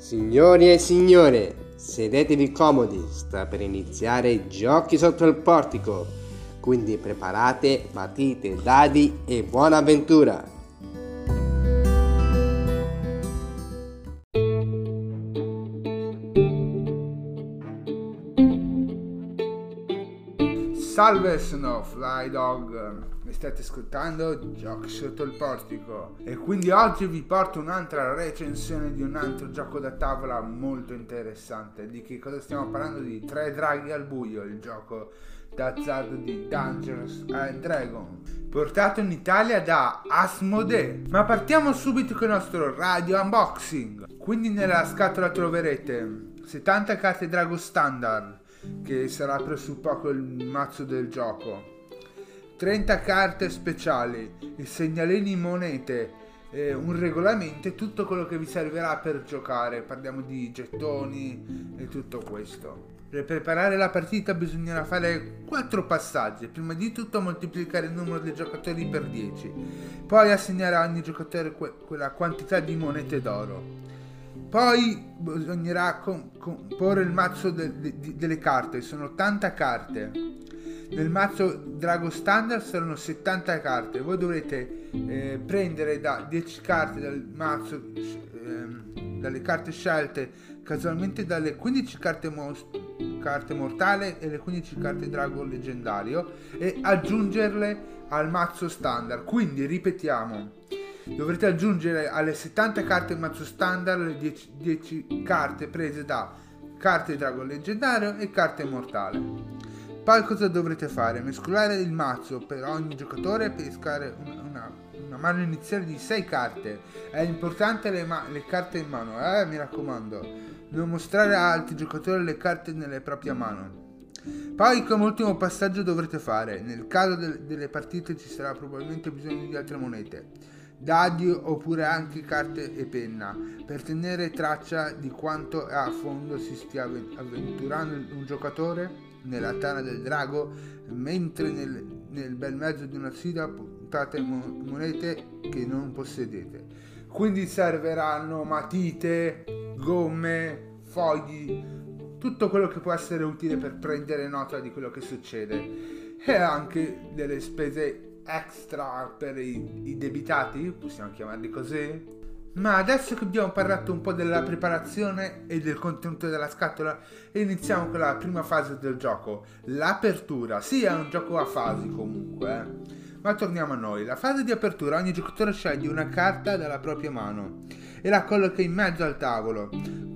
Signori e signore, sedetevi comodi, sta per iniziare Giochi sotto il portico, quindi preparate matite, dadi e buona avventura! Salve, sono Fly Dog, mi state ascoltando Giochi sotto il portico e quindi oggi vi porto un'altra recensione di un altro gioco da tavola molto interessante. Di che cosa stiamo parlando? Di Tre Draghi al Buio, il gioco d'azzardo di Dungeons and Dragons, portato in Italia da Asmodee. Ma partiamo subito con il nostro radio unboxing. Quindi nella scatola troverete 70 carte Drago Standard, che sarà presuppoco il mazzo del gioco, 30 carte speciali, i segnalini monete, un regolamento e tutto quello che vi servirà per giocare. Parliamo di gettoni e tutto questo. Per preparare la partita bisognerà fare 4 passaggi. Prima di tutto moltiplicare il numero dei giocatori per 10, poi assegnare a ogni giocatore quella quantità di monete d'oro. Poi bisognerà comporre il mazzo delle carte. Sono 80 carte. Nel mazzo Drago Standard saranno 70 carte. Voi dovrete prendere da 10 carte dal mazzo, dalle carte scelte casualmente, dalle 15 carte mortale e le 15 carte Drago leggendario, e aggiungerle al mazzo standard. Quindi ripetiamo: dovrete aggiungere alle 70 carte del mazzo standard le 10 carte prese da carte Drago leggendario e carte mortale. Poi cosa dovrete fare? Mescolare il mazzo per ogni giocatore e pescare una mano iniziale di 6 carte. È importante le carte in mano, mi raccomando, non mostrare a altri giocatori le carte nelle proprie mani. Poi, come ultimo passaggio, dovrete fare: nel caso delle partite ci sarà probabilmente bisogno di altre monete, dadi oppure anche carte e penna, per tenere traccia di quanto a fondo si stia avventurando un giocatore nella tana del drago, mentre nel bel mezzo di una sfida puntate monete che non possedete. Quindi serveranno matite, gomme, fogli, tutto quello che può essere utile per prendere nota di quello che succede, e anche delle spese extra per i debitati, possiamo chiamarli così. Ma adesso che abbiamo parlato un po' della preparazione e del contenuto della scatola, iniziamo con la prima fase del gioco, l'apertura. Sì, è un gioco a fasi comunque, ma torniamo a noi. La fase di apertura: ogni giocatore sceglie una carta dalla propria mano e la colloca in mezzo al tavolo,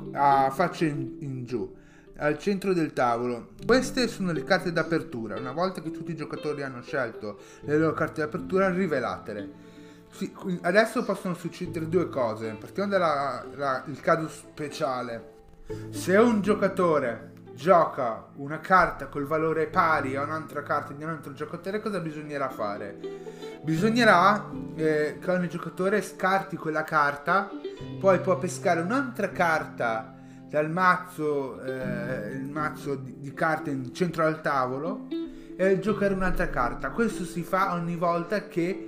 a faccia in giù, al centro del tavolo. Queste sono le carte d'apertura. Una volta che tutti i giocatori hanno scelto le loro carte d'apertura, rivelatele. Sì, adesso possono succedere due cose. Partiamo dal caso speciale. Se un giocatore gioca una carta col valore pari a un'altra carta di un altro giocatore, cosa bisognerà fare? Bisognerà che ogni giocatore scarti quella carta, poi può pescare un'altra carta dal mazzo, il mazzo di carte in centro al tavolo, e giocare un'altra carta. Questo si fa ogni volta che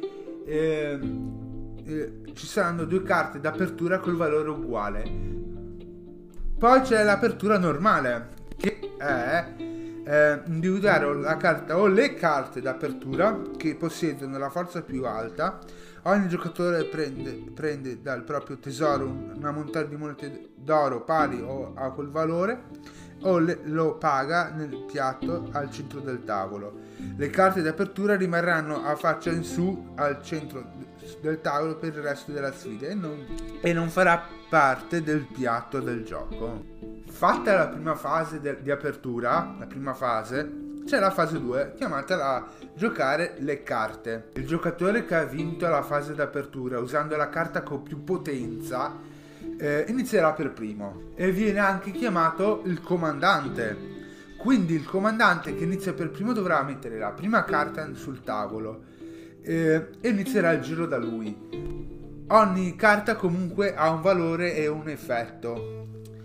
ci saranno due carte d'apertura col valore uguale. Poi c'è l'apertura normale, che è individuare la carta o le carte d'apertura che possiedono la forza più alta. Ogni giocatore prende dal proprio tesoro una montagna di monete d'oro pari o a quel valore, o lo paga nel piatto al centro del tavolo. Le carte d'apertura rimarranno a faccia in su al centro del tavolo per il resto della sfida e non farà parte del piatto del gioco. Fatta la prima fase di apertura, la prima fase, c'è la fase 2, chiamata la giocare le carte. Il giocatore che ha vinto la fase d'apertura usando la carta con più potenza inizierà per primo e viene anche chiamato il comandante. Quindi il comandante che inizia per primo dovrà mettere la prima carta sul tavolo e inizierà il giro da lui. Ogni carta comunque ha un valore e un effetto.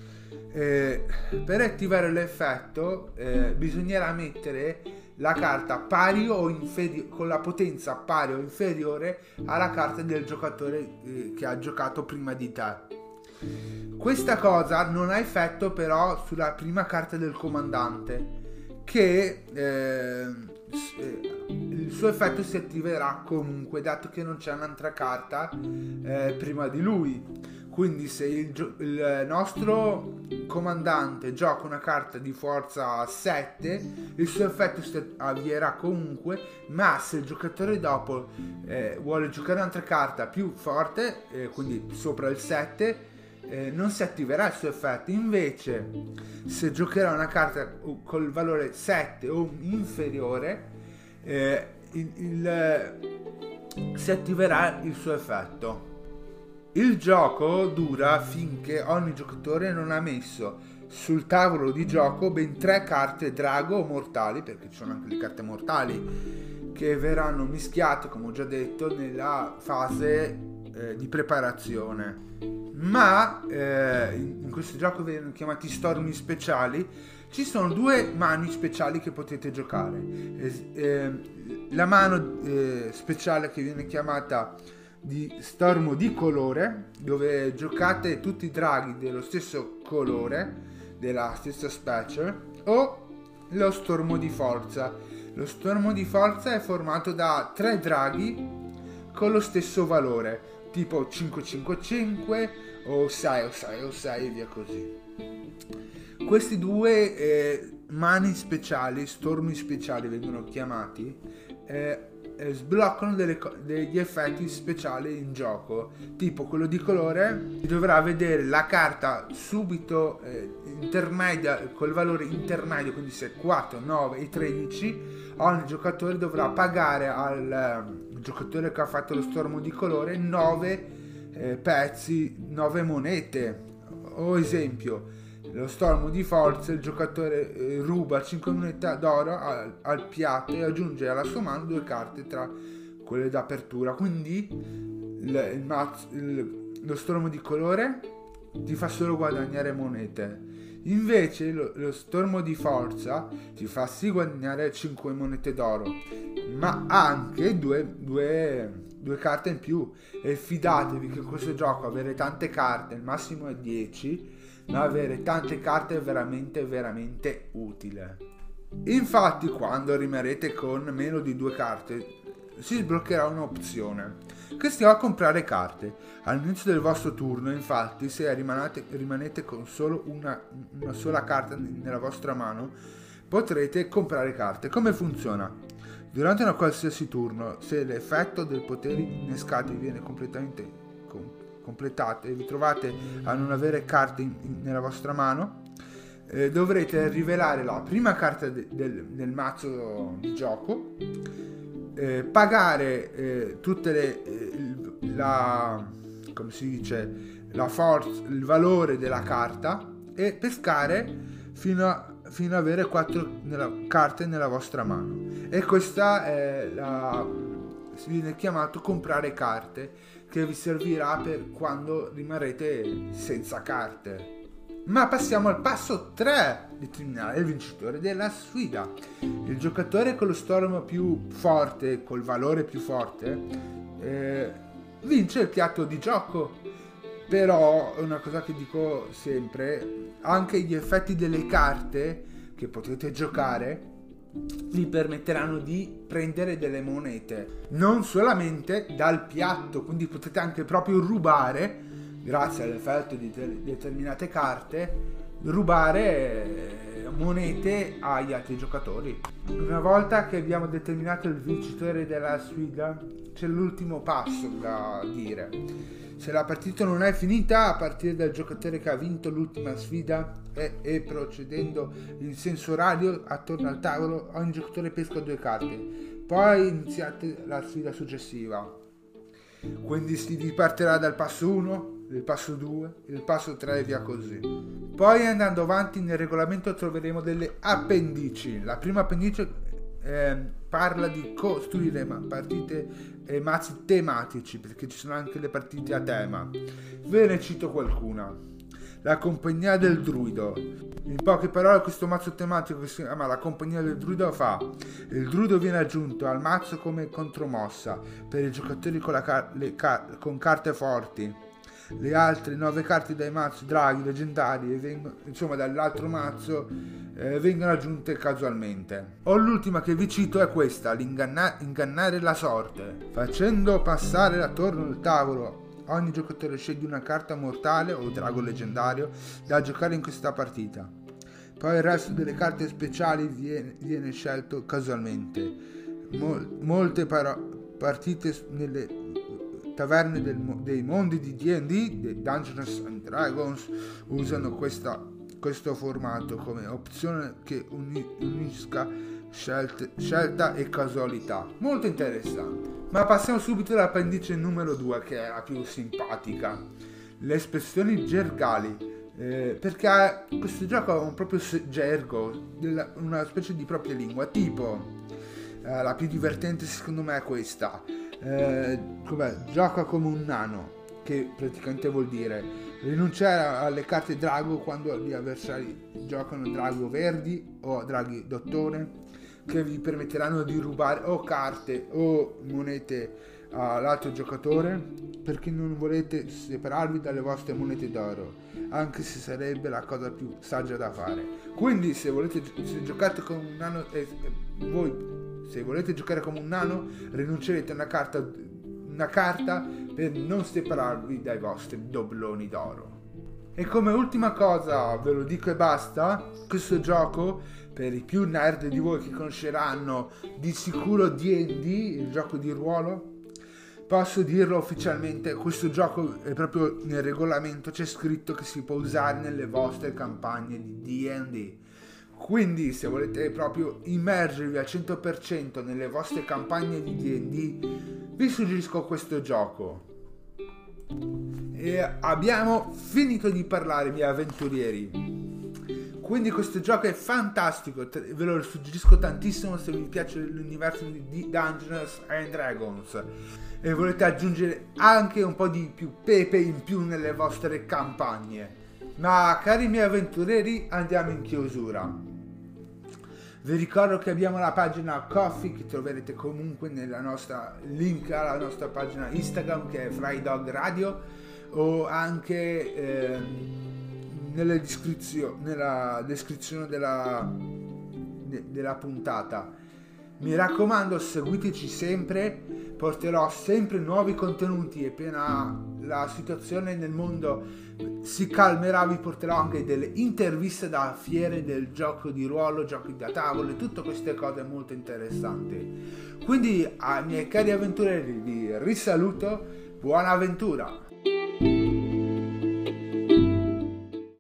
Per attivare l'effetto bisognerà mettere la carta pari o con la potenza pari o inferiore alla carta del giocatore che ha giocato prima di te. Questa cosa non ha effetto però sulla prima carta del comandante, che il suo effetto si attiverà comunque, dato che non c'è un'altra carta prima di lui. Quindi se il nostro comandante gioca una carta di forza 7, il suo effetto si avvierà comunque, ma se il giocatore dopo vuole giocare un'altra carta più forte, quindi sopra il 7, non si attiverà il suo effetto. Invece se giocherà una carta col valore 7 o inferiore, si attiverà il suo effetto. Il gioco dura finché ogni giocatore non ha messo sul tavolo di gioco ben 3 carte drago o mortali, perché ci sono anche le carte mortali che verranno mischiate, come ho già detto, nella fase di preparazione. Ma in questo gioco vengono chiamati stormi speciali. Ci sono 2 mani speciali che potete giocare. La mano speciale che viene chiamata di stormo di colore, dove giocate tutti i draghi dello stesso colore, della stessa specie, o lo stormo di forza. Lo stormo di forza è formato da 3 draghi con lo stesso valore, tipo 555 o 6 o 6 o 6 e via così. Questi 2 mani speciali, stormi speciali vengono chiamati, sbloccano degli effetti speciali in gioco. Tipo quello di colore dovrà vedere la carta subito intermedia, col valore intermedio, quindi se 4, 9 e 13, ogni giocatore dovrà pagare al giocatore che ha fatto lo stormo di colore 9 pezzi, 9 monete. O esempio, lo stormo di forza, il giocatore ruba 5 monete d'oro al piatto e aggiunge alla sua mano 2 carte tra quelle d'apertura. Quindi lo stormo di colore ti fa solo guadagnare monete. Invece lo stormo di forza ti fa sì guadagnare 5 monete d'oro, ma anche due carte in più. E fidatevi che in questo gioco avere tante carte, il massimo è 10, ma avere tante carte è veramente veramente utile. Infatti quando rimarrete con meno di 2 carte si sbloccherà un'opzione che sia a comprare carte. All'inizio del vostro turno, infatti, se rimanete con solo una sola carta nella vostra mano, potrete comprare carte. Come funziona? Durante una qualsiasi turno, se l'effetto del potere innescati viene completamente completato e vi trovate a non avere carte nella vostra mano, dovrete rivelare la prima carta del mazzo di gioco, pagare tutte come si dice, la forza, il valore della carta, e pescare fino ad avere 4 carte nella vostra mano. E questa si viene chiamato comprare carte, che vi servirà per quando rimarrete senza carte. Ma passiamo al passo 3, determinare il vincitore della sfida. Il giocatore con lo stormo più forte, col valore più forte, vince il piatto di gioco. Però è una cosa che dico sempre: anche gli effetti delle carte che potete giocare vi permetteranno di prendere delle monete, non solamente dal piatto, quindi potete anche proprio rubare, grazie all'effetto di determinate carte, rubare monete agli altri giocatori. Una volta che abbiamo determinato il vincitore della sfida, c'è l'ultimo passo da dire. Se la partita non è finita, a partire dal giocatore che ha vinto l'ultima sfida e procedendo in senso orario attorno al tavolo, ogni giocatore pesca 2 carte. Poi iniziate la sfida successiva. Quindi si ripartirà dal passo 1, il passo 2, il passo 3 e via così. Poi andando avanti nel regolamento troveremo delle appendici. La prima appendice parla di costruire partite e mazzi tematici, perché ci sono anche le partite a tema. Ve ne cito qualcuna. La compagnia del druido. In poche parole, questo mazzo tematico che si chiama la compagnia del druido fa: il druido viene aggiunto al mazzo come contromossa per i giocatori con carte forti. le altre 9 carte dai mazzi draghi leggendari dall'altro mazzo vengono aggiunte casualmente. O l'ultima che vi cito è questa, ingannare la sorte. Facendo passare la torre al tavolo, ogni giocatore sceglie una carta mortale o drago leggendario da giocare in questa partita. Poi il resto delle carte speciali viene scelto casualmente. Molte partite nelle taverne dei mondi di D&D, Dungeons and Dragons, usano questo formato come opzione che unisca scelta e casualità. Molto interessante. Ma passiamo subito all'appendice numero 2, che è la più simpatica: le espressioni gergali. Perché questo gioco ha un proprio gergo, una specie di propria lingua, tipo la più divertente secondo me è questa, gioca come un nano, che praticamente vuol dire rinunciare alle carte drago quando gli avversari giocano drago verdi o draghi dottore, che vi permetteranno di rubare o carte o monete all'altro giocatore, perché non volete separarvi dalle vostre monete d'oro, anche se sarebbe la cosa più saggia da fare. Quindi se giocate come un nano, se volete giocare come un nano, rinuncerete a una carta per non separarvi dai vostri dobloni d'oro. E come ultima cosa, ve lo dico e basta, questo gioco, per i più nerd di voi che conosceranno di sicuro D&D, il gioco di ruolo, posso dirlo ufficialmente, questo gioco è proprio nel regolamento, c'è scritto che si può usare nelle vostre campagne di D&D. Quindi se volete proprio immergervi al 100% nelle vostre campagne di D&D, vi suggerisco questo gioco. E abbiamo finito di parlare, miei avventurieri. Quindi questo gioco è fantastico, ve lo suggerisco tantissimo se vi piace l'universo di Dungeons and Dragons e volete aggiungere anche un po' di più pepe in più nelle vostre campagne. Ma cari miei avventurieri, andiamo in chiusura. Vi ricordo che abbiamo la pagina Ko-fi, che troverete comunque nella nostra link alla nostra pagina Instagram, che è FryDog Radio, o anche nella descrizione della puntata. Mi raccomando, seguiteci sempre, porterò sempre nuovi contenuti e appena la situazione nel mondo si calmerà vi porterò anche delle interviste da fiere del gioco di ruolo, giochi da tavolo e tutte queste cose molto interessanti. Quindi ai miei cari avventurieri vi risaluto, buona avventura!